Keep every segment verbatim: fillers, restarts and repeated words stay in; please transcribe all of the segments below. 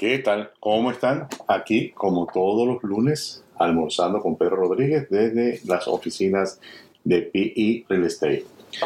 ¿Qué tal? ¿Cómo están? Aquí, como todos los lunes, almorzando con Pedro Rodríguez desde las oficinas de P E Real Estate.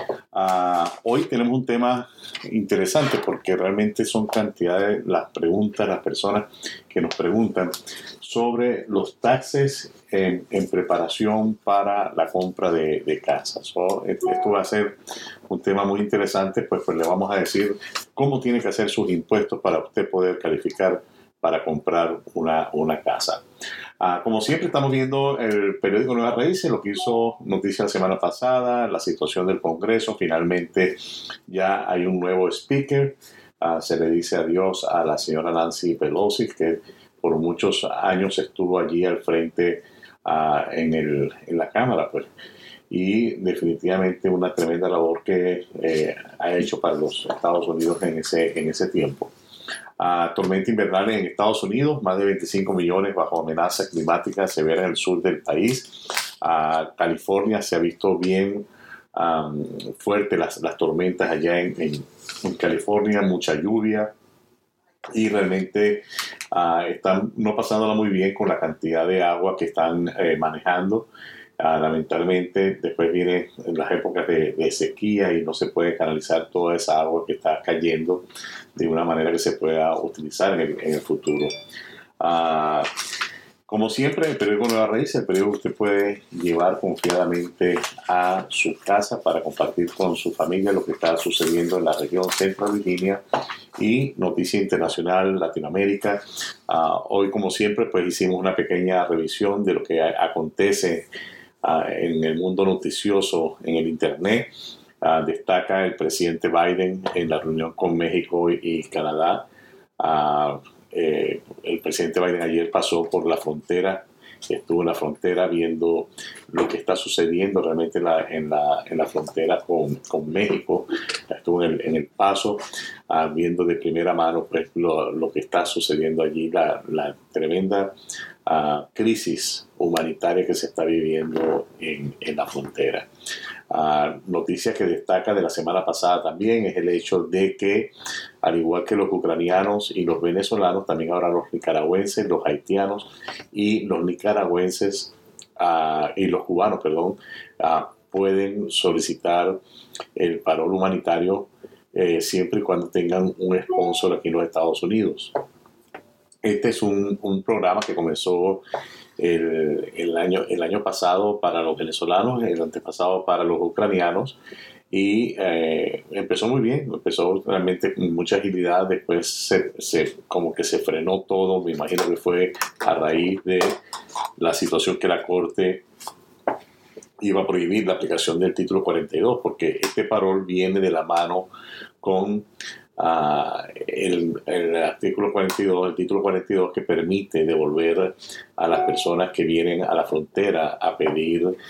Uh, hoy tenemos un tema interesante porque realmente son cantidades las preguntas, las personas que nos preguntan sobre los taxes en, en preparación para la compra de, de casas. So, esto va a ser un tema muy interesante, pues, pues le vamos a decir cómo tiene que hacer sus impuestos para usted poder calificar para comprar una, una casa. Uh, como siempre estamos viendo el periódico Nuevas Raíces, lo que hizo noticia la semana pasada, la situación del Congreso. Finalmente ya hay un nuevo speaker. Uh, se le dice adiós a la señora Nancy Pelosi, que por muchos años estuvo allí al frente uh, en, el, en la Cámara, pues. Y definitivamente una tremenda labor que eh, ha hecho para los Estados Unidos en ese, en ese tiempo. Uh, tormenta invernal en Estados Unidos, más de veinticinco millones bajo amenaza climática severa en el sur del país. Uh, California se ha visto bien um, fuerte las, las tormentas allá en, en, en California, mucha lluvia y realmente uh, están no pasándola muy bien con la cantidad de agua que están eh, manejando. Uh, lamentablemente después vienen las épocas de, de sequía y no se puede canalizar toda esa agua que está cayendo de una manera que se pueda utilizar en el, en el futuro. Uh, como siempre, el periódico Nueva Raíz, el periódico que usted puede llevar confiadamente a su casa para compartir con su familia lo que está sucediendo en la región Central Virginia y noticia internacional, Latinoamérica. Uh, hoy, como siempre, pues hicimos una pequeña revisión de lo que acontece Uh, en el mundo noticioso, en el internet. Uh, destaca el presidente Biden en la reunión con México y, y Canadá. Uh, eh, el presidente Biden ayer pasó por la frontera, estuvo en la frontera viendo lo que está sucediendo realmente en la, en la, en la frontera con, con México. Estuvo en el, en el paso uh, viendo de primera mano pues, lo, lo que está sucediendo allí, la, la tremenda Uh, crisis humanitaria que se está viviendo en, en la frontera. Uh, noticia que destaca de la semana pasada también es el hecho de que, al igual que los ucranianos y los venezolanos, también ahora los nicaragüenses, los haitianos y los nicaragüenses uh, y los cubanos, perdón, uh, pueden solicitar el parol humanitario eh, siempre y cuando tengan un sponsor aquí en los Estados Unidos. Este es un, un programa que comenzó el, el, año, el año pasado para los venezolanos, el antepasado para los ucranianos, y eh, empezó muy bien, empezó realmente con mucha agilidad. Después se, se, como que se frenó todo, me imagino que fue a raíz de la situación que la Corte iba a prohibir la aplicación del título cuarenta y dos, porque este parol viene de la mano con Uh, el, el artículo cuarenta y dos, el título cuarenta y dos, que permite devolver a las personas que vienen a la frontera a pedir uh,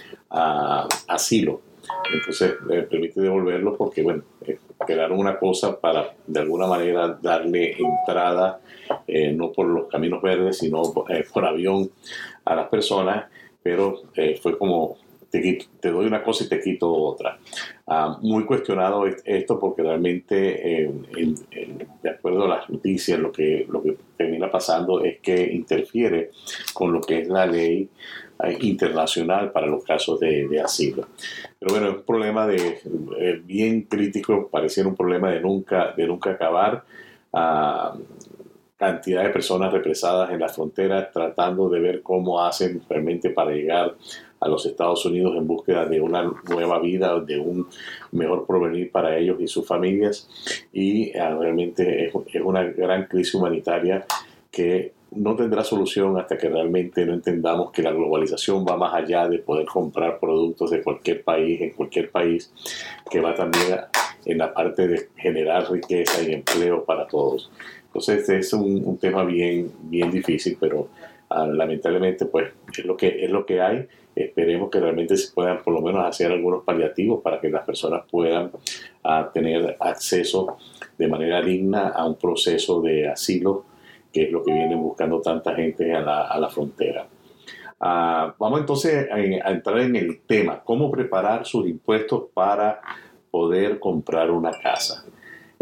asilo. Entonces eh, permite devolverlos porque, bueno, eh, crearon una cosa para de alguna manera darle entrada eh, no por los caminos verdes sino eh, por avión a las personas, pero eh, fue como Te, quito, te doy una cosa y te quito otra. Uh, muy cuestionado esto porque realmente, eh, en, en, de acuerdo a las noticias, lo que, lo que termina pasando es que interfiere con lo que es la ley eh, internacional para los casos de, de asilo. Pero bueno, es un problema de, eh, bien crítico, pareciera un problema de nunca, de nunca acabar. Uh, cantidad de personas represadas en las fronteras tratando de ver cómo hacen realmente para llegar a los Estados Unidos en búsqueda de una nueva vida, de un mejor porvenir para ellos y sus familias. Y uh, realmente es, es una gran crisis humanitaria que no tendrá solución hasta que realmente no entendamos que la globalización va más allá de poder comprar productos de cualquier país, en cualquier país, que va también en la parte de generar riqueza y empleo para todos. Entonces este es un, un tema bien, bien difícil, pero uh, lamentablemente pues es lo que es lo que hay. Esperemos que realmente se puedan por lo menos hacer algunos paliativos para que las personas puedan uh, tener acceso de manera digna a un proceso de asilo, que es lo que vienen buscando tanta gente a la, a la frontera. Uh, vamos entonces a, a entrar en el tema, cómo preparar sus impuestos para poder comprar una casa.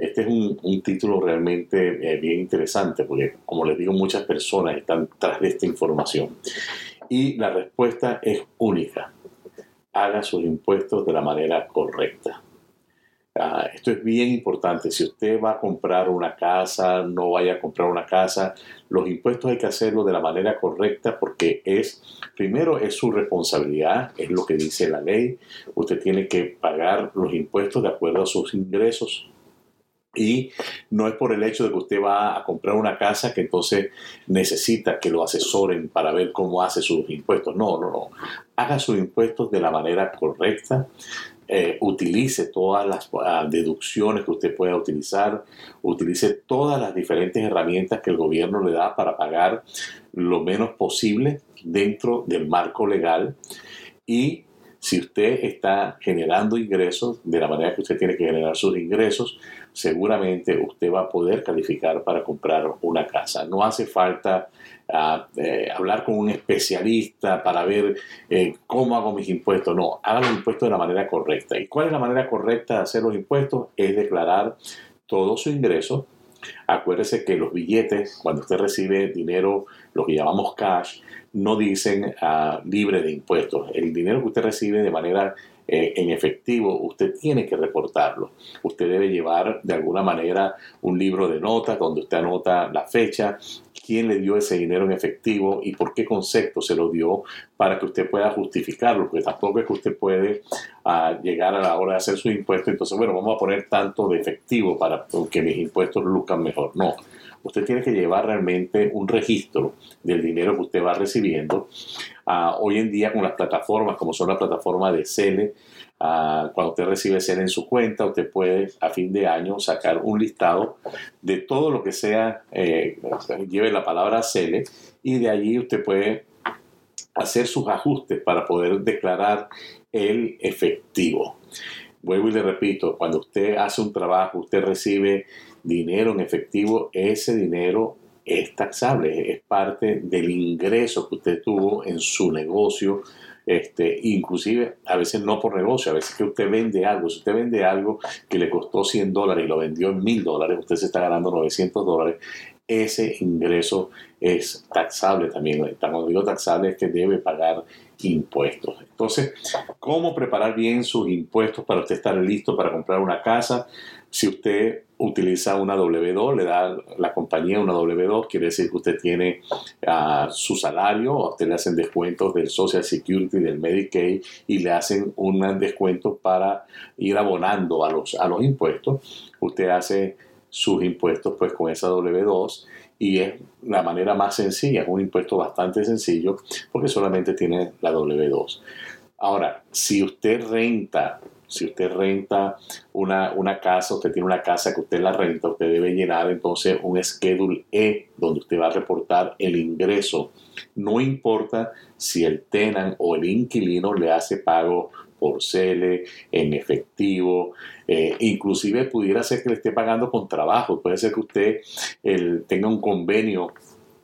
Este es un, un título realmente eh, bien interesante porque, como les digo, muchas personas están tras de esta información. Y la respuesta es única. Haga sus impuestos de la manera correcta. Uh, esto es bien importante. Si usted va a comprar una casa, no vaya a comprar una casa, los impuestos hay que hacerlo de la manera correcta porque es, primero, es su responsabilidad, es lo que dice la ley. Usted tiene que pagar los impuestos de acuerdo a sus ingresos. Y no es por el hecho de que usted va a comprar una casa que entonces necesita que lo asesoren para ver cómo hace sus impuestos. No, no, no. Haga sus impuestos de la manera correcta. Eh, utilice todas las uh, deducciones que usted pueda utilizar, utilice todas las diferentes herramientas que el gobierno le da para pagar lo menos posible dentro del marco legal. Y si usted está generando ingresos de la manera que usted tiene que generar sus ingresos, seguramente usted va a poder calificar para comprar una casa. No hace falta uh, eh, hablar con un especialista para ver eh, cómo hago mis impuestos. No, haga los impuestos de la manera correcta. ¿Y cuál es la manera correcta de hacer los impuestos? Es declarar todo su ingreso. Acuérdese que los billetes, cuando usted recibe dinero, lo que llamamos cash, no dicen uh, libre de impuestos. El dinero que usted recibe de manera eh, en efectivo, usted tiene que reportarlo. Usted debe llevar de alguna manera un libro de notas donde usted anota la fecha, quién le dio ese dinero en efectivo y por qué concepto se lo dio para que usted pueda justificarlo, porque tampoco es que usted puede uh, llegar a la hora de hacer su impuesto, entonces, bueno, vamos a poner tanto de efectivo para que mis impuestos luzcan mejor. No, usted tiene que llevar realmente un registro del dinero que usted va recibiendo. Uh, hoy en día con las plataformas, como son la plataforma de Cele, Uh, cuando usted recibe Cele en su cuenta, usted puede a fin de año sacar un listado de todo lo que sea, eh, lleve la palabra Cele, y de allí usted puede hacer sus ajustes para poder declarar el efectivo. Vuelvo y le repito, cuando usted hace un trabajo, usted recibe dinero en efectivo, ese dinero es taxable, es parte del ingreso que usted tuvo en su negocio. Este, inclusive a veces no por negocio, a veces que usted vende algo, si usted vende algo que le costó cien dólares y lo vendió en mil dólares, usted se está ganando novecientos dólares, ese ingreso es taxable también. Cuando digo taxable es que debe pagar impuestos. Entonces, ¿cómo preparar bien sus impuestos para usted estar listo para comprar una casa? Si usted utiliza una doble u dos, le da la compañía una doble u dos, quiere decir que usted tiene uh, su salario, a usted le hacen descuentos del Social Security, del Medicaid, y le hacen un descuento para ir abonando a los, a los impuestos. Usted hace sus impuestos pues con esa doble u dos y es la manera más sencilla, es un impuesto bastante sencillo porque solamente tiene la doble u dos. Ahora, si usted renta, si usted renta una, una casa, usted tiene una casa que usted la renta, usted debe llenar entonces un Schedule E donde usted va a reportar el ingreso. No importa si el tenant o el inquilino le hace pago por Cele, en efectivo, eh, inclusive pudiera ser que le esté pagando con trabajo. Puede ser que usted el, tenga un convenio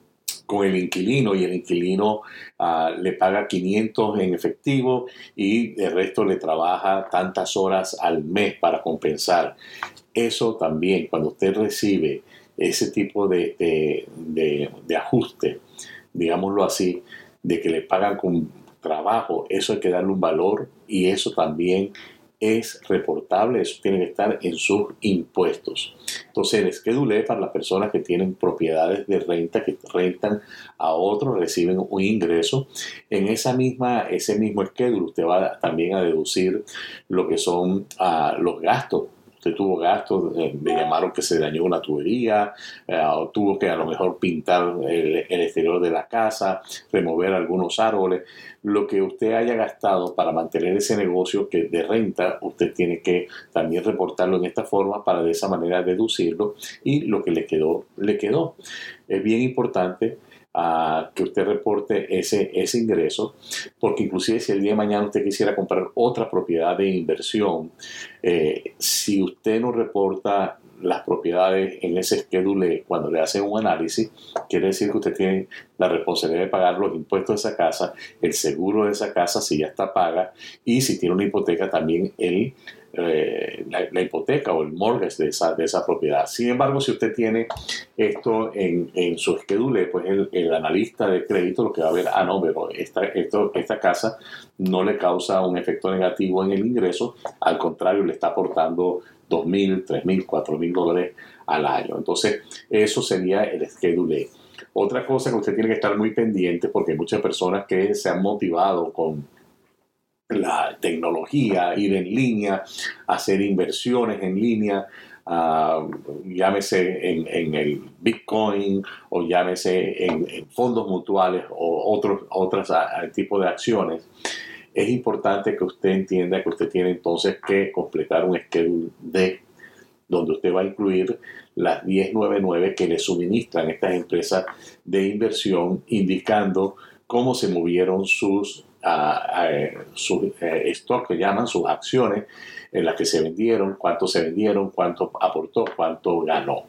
con el inquilino y el inquilino uh, le paga quinientos en efectivo y el resto le trabaja tantas horas al mes para compensar. Eso también, cuando usted recibe ese tipo de, de, de, de ajuste, digámoslo así, de que le pagan con trabajo, eso hay que darle un valor y eso también es reportable, eso tiene que estar en sus impuestos. Entonces el Schedule E para las personas que tienen propiedades de renta, que rentan a otros, reciben un ingreso. En esa misma, ese mismo Schedule usted va también a deducir lo que son uh, los gastos. Usted tuvo gastos, eh, me llamaron que se dañó una tubería, eh, o tuvo que a lo mejor pintar el, el exterior de la casa, remover algunos árboles. Lo que usted haya gastado para mantener ese negocio que de renta, usted tiene que también reportarlo en esta forma para de esa manera deducirlo y lo que le quedó, le quedó. Es bien importante Uh, que usted reporte ese, ese ingreso, porque inclusive si el día de mañana usted quisiera comprar otra propiedad de inversión, eh, si usted no reporta las propiedades en ese schedule cuando le hacen un análisis, quiere decir que usted tiene la responsabilidad de pagar los impuestos de esa casa, el seguro de esa casa si ya está paga y si tiene una hipoteca también el eh, la, la hipoteca o el mortgage de esa, de esa propiedad. Sin embargo, si usted tiene esto en, en su schedule, pues el, el analista de crédito lo que va a ver, ah, no, pero esta, esto, esta casa no le causa un efecto negativo en el ingreso, al contrario, le está aportando dos mil, tres mil, cuatro mil dólares al año. Entonces, eso sería el schedule. Otra cosa que usted tiene que estar muy pendiente, porque hay muchas personas que se han motivado con la tecnología, ir en línea, hacer inversiones en línea, uh, llámese en, en el Bitcoin o llámese en, en fondos mutuales o otros otros tipos de acciones. Es importante que usted entienda que usted tiene entonces que completar un schedule D, donde usted va a incluir las diez noventa y nueve que le suministran estas empresas de inversión, indicando cómo se movieron sus, uh, uh, sus uh, stock, que llaman sus acciones, en las que se vendieron, cuánto se vendieron, cuánto aportó, cuánto ganó.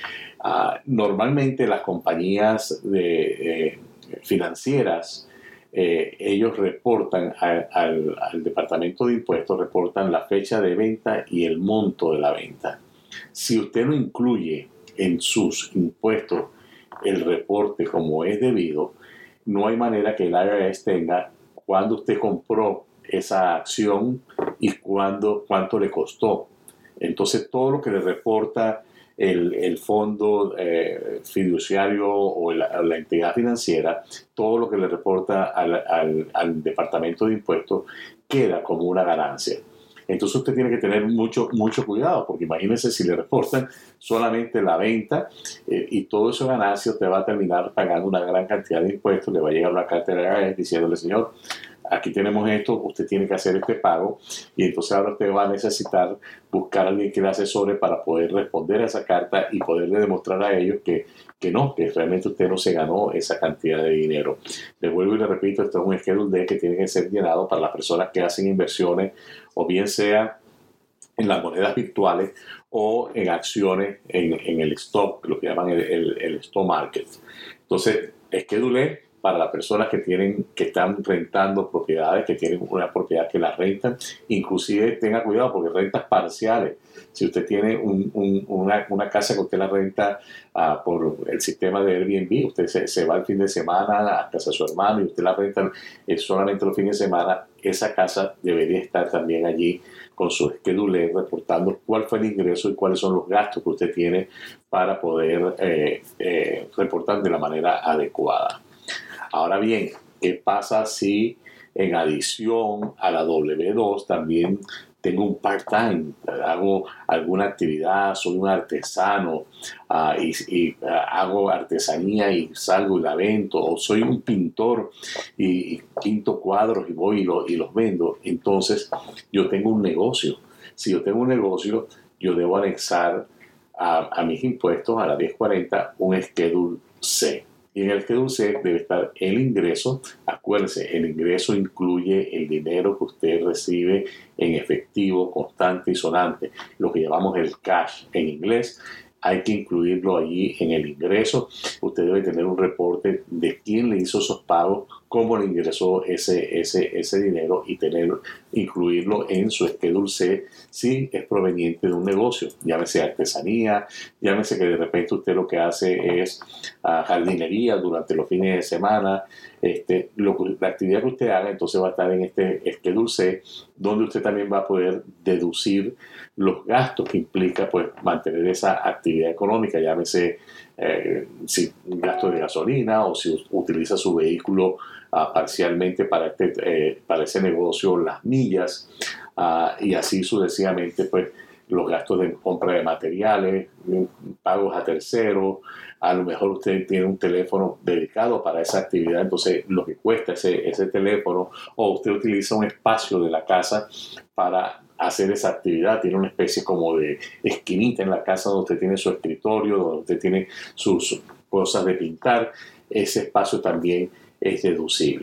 Uh, normalmente las compañías de, eh, financieras, eh, ellos reportan a, al, al Departamento de Impuestos, reportan la fecha de venta y el monto de la venta. Si usted no incluye en sus impuestos el reporte como es debido, no hay manera que el I R S tenga cuándo usted compró esa acción y cuándo, cuánto le costó. Entonces, todo lo que le reporta el, el fondo eh, fiduciario o la, la entidad financiera, todo lo que le reporta al, al, al Departamento de Impuestos queda como una ganancia. Entonces usted tiene que tener mucho, mucho cuidado, porque imagínese si le reportan solamente la venta eh, y todo eso ganancia, usted va a terminar pagando una gran cantidad de impuestos, le va a llegar una carta de I R S diciéndole, señor, aquí tenemos esto, usted tiene que hacer este pago, y entonces ahora usted va a necesitar buscar a alguien que le asesore para poder responder a esa carta y poderle demostrar a ellos que, que no, que realmente usted no se ganó esa cantidad de dinero. Le vuelvo y le repito, esto es un schedule D que tiene que ser llenado para las personas que hacen inversiones, o bien sea en las monedas virtuales o en acciones en, en el stock, lo que llaman el, el, el stock market. Entonces, schedule para las personas que tienen, que están rentando propiedades, que tienen una propiedad que la rentan, inclusive tenga cuidado porque rentas parciales. Si usted tiene un, un, una, una casa que usted la renta uh, por el sistema de Airbnb, usted se, se va el fin de semana a casa de su hermano y usted la renta eh, solamente los fines de semana, esa casa debería estar también allí con su schedule reportando cuál fue el ingreso y cuáles son los gastos que usted tiene para poder eh, eh, reportar de la manera adecuada. Ahora bien, ¿qué pasa si en adición a la W dos también tengo un part-time, hago alguna actividad, soy un artesano uh, y, y uh, hago artesanía y salgo y la vendo, o soy un pintor y, y pinto cuadros y voy y, lo, y los vendo? Entonces yo tengo un negocio. Si yo tengo un negocio, yo debo anexar a, a mis impuestos, a la diez cuarenta, un Schedule C. Y en el Schedule C debe estar el ingreso. Acuérdese, el ingreso incluye el dinero que usted recibe en efectivo, constante y sonante, lo que llamamos el cash en inglés. Hay que incluirlo allí en el ingreso. Usted debe tener un reporte de quién le hizo esos pagos, cómo le ingresó ese, ese, ese dinero y tener, incluirlo en su Schedule C si es proveniente de un negocio. Llámese artesanía, llámese que de repente usted lo que hace es uh, jardinería durante los fines de semana. Este, lo, la actividad que usted haga entonces va a estar en este Schedule C, donde usted también va a poder deducir los gastos que implica pues mantener esa actividad económica, llámese eh, si gasto de gasolina o si utiliza su vehículo uh, parcialmente para, este, eh, para ese negocio, las millas uh, y así sucesivamente, pues los gastos de compra de materiales, pagos a terceros. A lo mejor usted tiene un teléfono dedicado para esa actividad, entonces lo que cuesta ese, ese teléfono, o usted utiliza un espacio de la casa para hacer esa actividad, tiene una especie como de esquinita en la casa donde usted tiene su escritorio, donde usted tiene sus cosas de pintar, ese espacio también es deducible.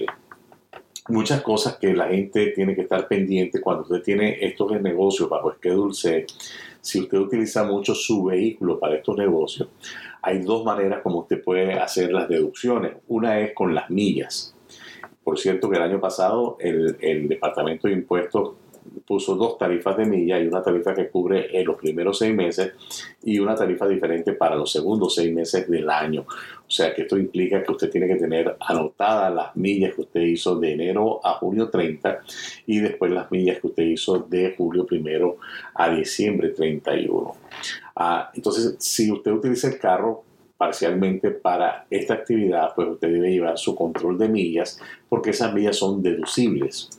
Muchas cosas que la gente tiene que estar pendiente cuando usted tiene estos negocios bajo Schedule C. Si usted utiliza mucho su vehículo para estos negocios, hay dos maneras como usted puede hacer las deducciones. Una es con las millas. Por cierto que el año pasado el, el Departamento de Impuestos puso dos tarifas de millas y una tarifa que cubre en los primeros seis meses y una tarifa diferente para los segundos seis meses del año. O sea que esto implica que usted tiene que tener anotadas las millas que usted hizo de enero a junio treinta y después las millas que usted hizo de julio primero a diciembre treinta y uno. Ah, entonces, si usted utiliza el carro parcialmente para esta actividad, pues usted debe llevar su control de millas porque esas millas son deducibles.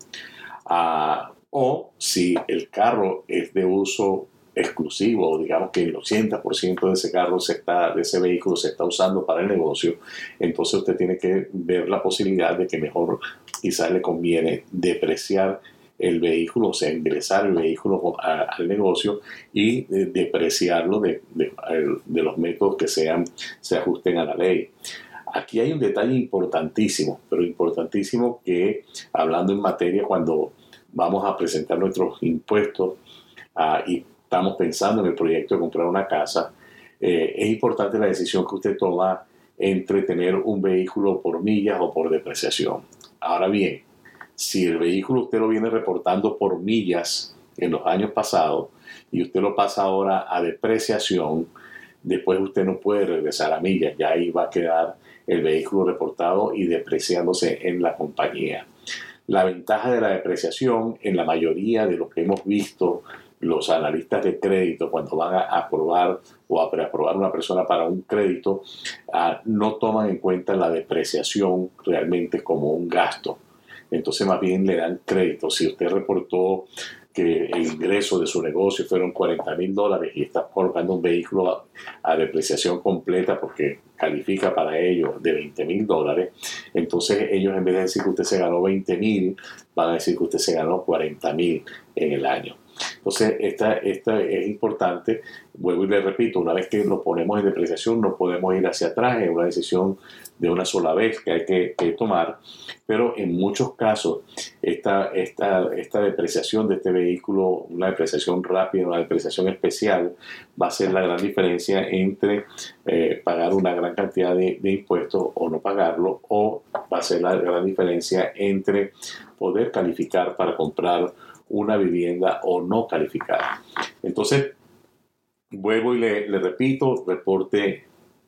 Ah, o si el carro es de uso exclusivo, digamos que el ochenta por ciento de ese carro, se está, de ese vehículo se está usando para el negocio, entonces usted tiene que ver la posibilidad de que mejor quizás le conviene depreciar el vehículo, o sea, ingresar el vehículo a, al negocio y de, depreciarlo de, de, de los métodos que sean, se ajusten a la ley. Aquí hay un detalle importantísimo, pero importantísimo que, hablando en materia, cuando vamos a presentar nuestros impuestos uh, y estamos pensando en el proyecto de comprar una casa, eh, es importante la decisión que usted toma entre tener un vehículo por millas o por depreciación. Ahora bien, si el vehículo usted lo viene reportando por millas en los años pasados y usted lo pasa ahora a depreciación, después usted no puede regresar a millas, ya ahí va a quedar el vehículo reportado y depreciándose en la compañía. La ventaja de la depreciación en la mayoría de lo que hemos visto los analistas de crédito cuando van a aprobar o a preaprobar una persona para un crédito, uh, no toman en cuenta la depreciación realmente como un gasto. Entonces más bien le dan crédito. Si usted reportó que el ingreso de su negocio fueron cuarenta mil dólares y está colocando un vehículo a, a depreciación completa porque califica para ello de veinte mil dólares, entonces ellos en vez de decir que usted se ganó veinte mil, van a decir que usted se ganó cuarenta mil en el año. Entonces, esta, esta es importante. Vuelvo y le repito, una vez que lo ponemos en depreciación, no podemos ir hacia atrás. Es una decisión de una sola vez que hay que, que tomar. Pero en muchos casos, esta, esta, esta depreciación de este vehículo, una depreciación rápida, una depreciación especial, va a ser la gran diferencia entre eh, pagar una gran cantidad de, de impuestos o no pagarlo, o va a ser la gran diferencia entre poder calificar para comprar una vivienda o no calificar. Entonces, vuelvo y le, le repito, reporte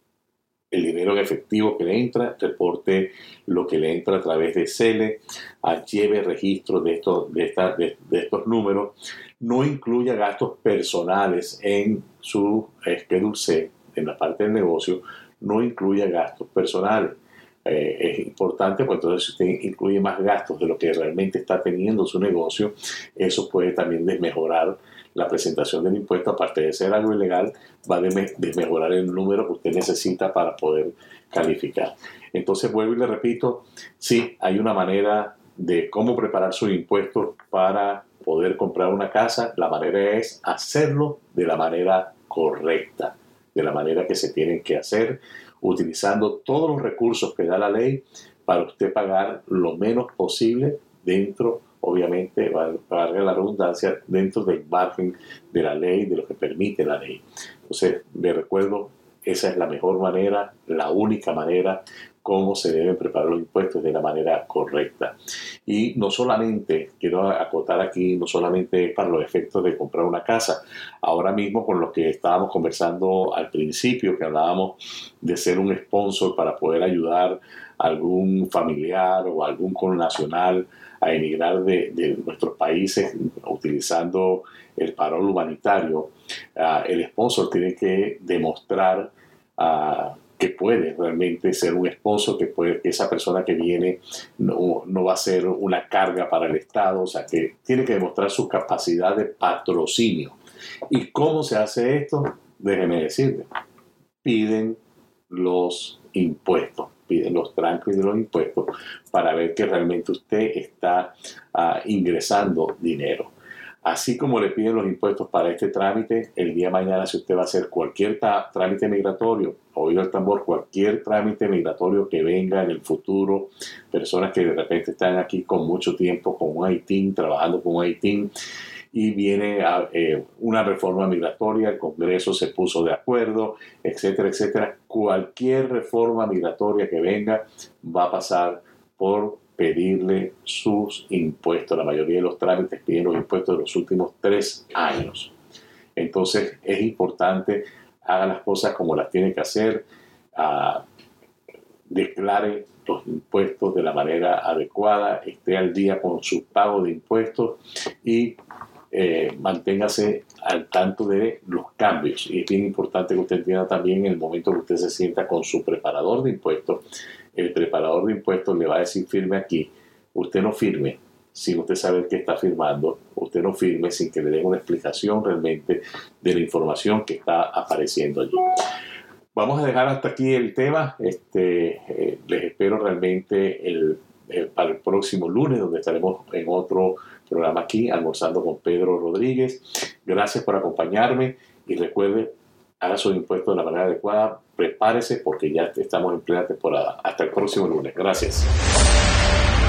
el dinero en efectivo que le entra, reporte lo que le entra a través de Cele, lleve registro de estos, de, esta, de, de estos números, no incluya gastos personales en su Schedule C, en la parte del negocio, no incluya gastos personales. Eh, es importante, pues entonces si usted incluye más gastos de lo que realmente está teniendo su negocio, eso puede también desmejorar la presentación del impuesto. Aparte de ser algo ilegal, va a desmejorar el número que usted necesita para poder calificar. Entonces vuelvo y le repito, sí, hay una manera de cómo preparar sus impuestos para poder comprar una casa. La manera es hacerlo de la manera correcta, de la manera que se tienen que hacer, utilizando todos los recursos que da la ley para usted pagar lo menos posible dentro, obviamente, valga la redundancia, dentro del margen de la ley, de lo que permite la ley. Entonces, le recuerdo, esa es la mejor manera, la única manera cómo se deben preparar los impuestos de la manera correcta. Y no solamente, quiero acotar aquí, no solamente para los efectos de comprar una casa. Ahora mismo con lo que estábamos conversando al principio, que hablábamos de ser un sponsor para poder ayudar a algún familiar o algún connacional a emigrar de, de nuestros países utilizando el parol humanitario, uh, el sponsor tiene que demostrar uh, que puede realmente ser un sponsor, que, puede, que esa persona que viene no, no va a ser una carga para el Estado, o sea, que tiene que demostrar su capacidad de patrocinio. ¿Y cómo se hace esto? Déjeme decirle, piden los impuestos, piden los trámites de los impuestos para ver que realmente usted está uh, ingresando dinero. Así como le piden los impuestos para este trámite, el día de mañana si usted va a hacer cualquier trámite migratorio, oído el tambor, cualquier trámite migratorio que venga en el futuro, personas que de repente están aquí con mucho tiempo, con un I T I N, trabajando con un I T I N, y viene a, eh, una reforma migratoria, el Congreso se puso de acuerdo, etcétera, etcétera. Cualquier reforma migratoria que venga va a pasar por pedirle sus impuestos. La mayoría de los trámites piden los impuestos de los últimos tres años. Entonces es importante, haga las cosas como las tiene que hacer, uh, declare los impuestos de la manera adecuada, esté al día con su pago de impuestos y eh, manténgase al tanto de los cambios. Y es bien importante que usted entienda también en el momento que usted se sienta con su preparador de impuestos, el preparador de impuestos le va a decir firme aquí, usted no firme sin usted saber qué está firmando, usted no firme sin que le den una explicación realmente de la información que está apareciendo allí. Vamos a dejar hasta aquí el tema. Este, eh, les espero realmente el, el, para el próximo lunes, donde estaremos en otro programa aquí, Almorzando con Pedro Rodríguez. Gracias por acompañarme y recuerde, haga sus impuestos de la manera adecuada, prepárese porque ya estamos en plena temporada. Hasta el próximo lunes. Gracias.